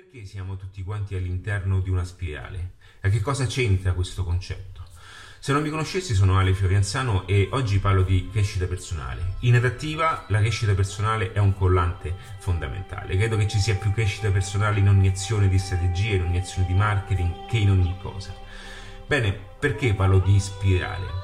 Perché siamo tutti quanti all'interno di una spirale? A che cosa c'entra questo concetto? Se non mi conoscessi, sono Ale Fiorianzano e oggi parlo di crescita personale. In Adattiva la crescita personale è un collante fondamentale. Credo che ci sia più crescita personale in ogni azione di strategia, in ogni azione di marketing, che in ogni cosa. Bene, perché parlo di spirale?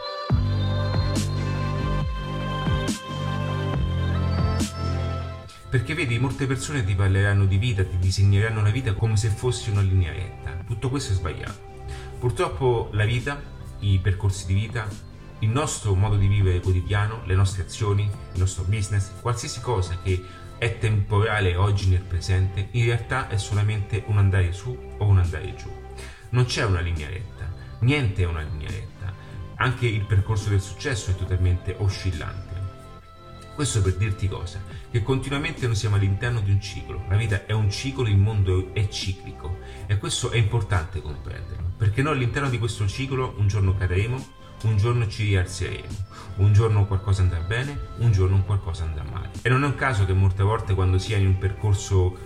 Perché vedi, molte persone ti parleranno di vita, ti disegneranno la vita come se fosse una linea retta. Tutto questo è sbagliato. Purtroppo la vita, i percorsi di vita, il nostro modo di vivere quotidiano, le nostre azioni, il nostro business, qualsiasi cosa che è temporale oggi nel presente, in realtà è solamente un andare su o un andare giù. Non c'è una linea retta, niente è una linea retta. Anche il percorso del successo è totalmente oscillante. Questo per dirti cosa? Che continuamente noi siamo all'interno di un ciclo. La vita è un ciclo, il mondo è ciclico e questo è importante comprenderlo, perché noi all'interno di questo ciclo un giorno cadremo, un giorno ci rialzeremo, un giorno qualcosa andrà bene, un giorno qualcosa andrà male. E non è un caso che molte volte quando si è in un percorso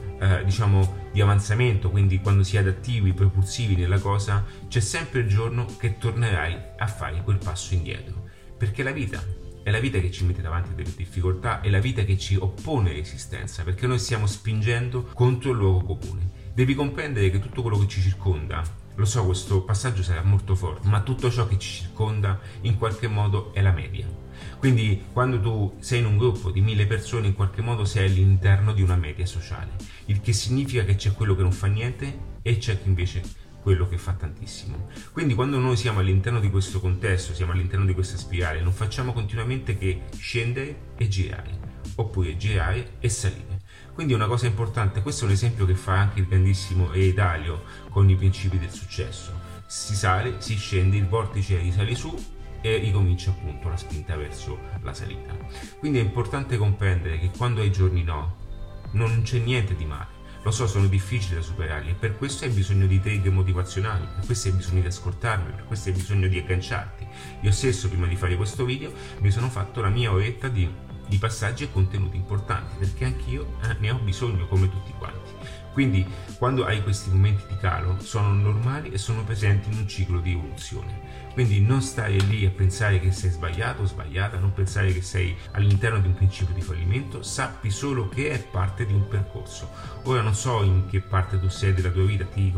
di avanzamento, quindi quando si è adattivi, propulsivi nella cosa, c'è sempre il giorno che tornerai a fare quel passo indietro, perché la vita è la vita che ci mette davanti delle difficoltà, è la vita che ci oppone resistenza, perché noi stiamo spingendo contro il luogo comune. Devi comprendere che tutto quello che ci circonda, lo so, questo passaggio sarà molto forte, ma tutto ciò che ci circonda in qualche modo è la media. Quindi quando tu sei in un gruppo di 1000 persone, in qualche modo sei all'interno di una media sociale, il che significa che c'è quello che non fa niente e c'è chi invece quello che fa tantissimo. Quindi quando noi siamo all'interno di questo contesto, siamo all'interno di questa spirale, non facciamo continuamente che scendere e girare, oppure girare e salire. Quindi è una cosa importante, questo è un esempio che fa anche il grandissimo Ray Dalio con i principi del successo. Si sale, si scende, il vortice risale su e ricomincia appunto la spinta verso la salita. Quindi è importante comprendere che quando hai giorni no, non c'è niente di male. Lo so, sono difficili da superarli e per questo hai bisogno di trigger motivazionali, per questo hai bisogno di ascoltarmi, per questo hai bisogno di agganciarti. Io stesso, prima di fare questo video, mi sono fatto la mia oretta di passaggi e contenuti importanti, perché anch'io ne ho bisogno come tutti quanti. Quindi quando hai questi momenti di calo sono normali e sono presenti in un ciclo di evoluzione. Quindi non stare lì a pensare che sei sbagliato o sbagliata, non pensare che sei all'interno di un principio di fallimento, sappi solo che è parte di un percorso. Ora non so in che parte tu sei della tua vita, ti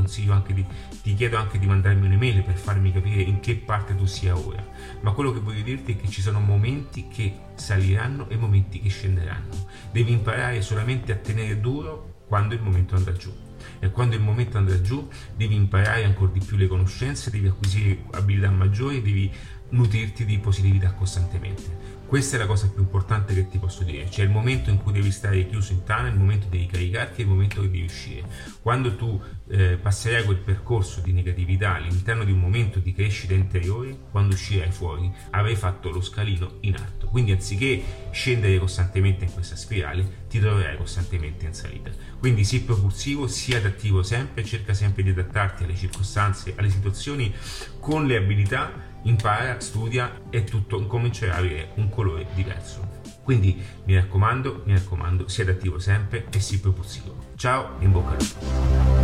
chiedo anche di mandarmi un'email per farmi capire in che parte tu sia ora, ma quello che voglio dirti è che ci sono momenti che saliranno e momenti che scenderanno. Devi imparare solamente a tenere duro quando il momento andrà giù, e quando il momento andrà giù devi imparare ancora di più le conoscenze, devi acquisire abilità maggiori, devi nutrirti di positività costantemente. Questa è la cosa più importante che ti posso dire. C'è il momento in cui devi stare chiuso in tana, il momento di ricaricarti, il momento che devi uscire. Quando tu passerai quel percorso di negatività all'interno di un momento di crescita interiore, quando uscirai fuori avrai fatto lo scalino in alto. Quindi anziché scendere costantemente in questa spirale, ti troverai costantemente in salita. Quindi sii propulsivo, sii adattivo sempre, cerca sempre di adattarti alle circostanze, alle situazioni con le abilità, impara, studia e tutto comincerà a avere un colore diverso. Quindi mi raccomando, sii adattivo sempre e sii propulsivo. Ciao e in bocca al lupo.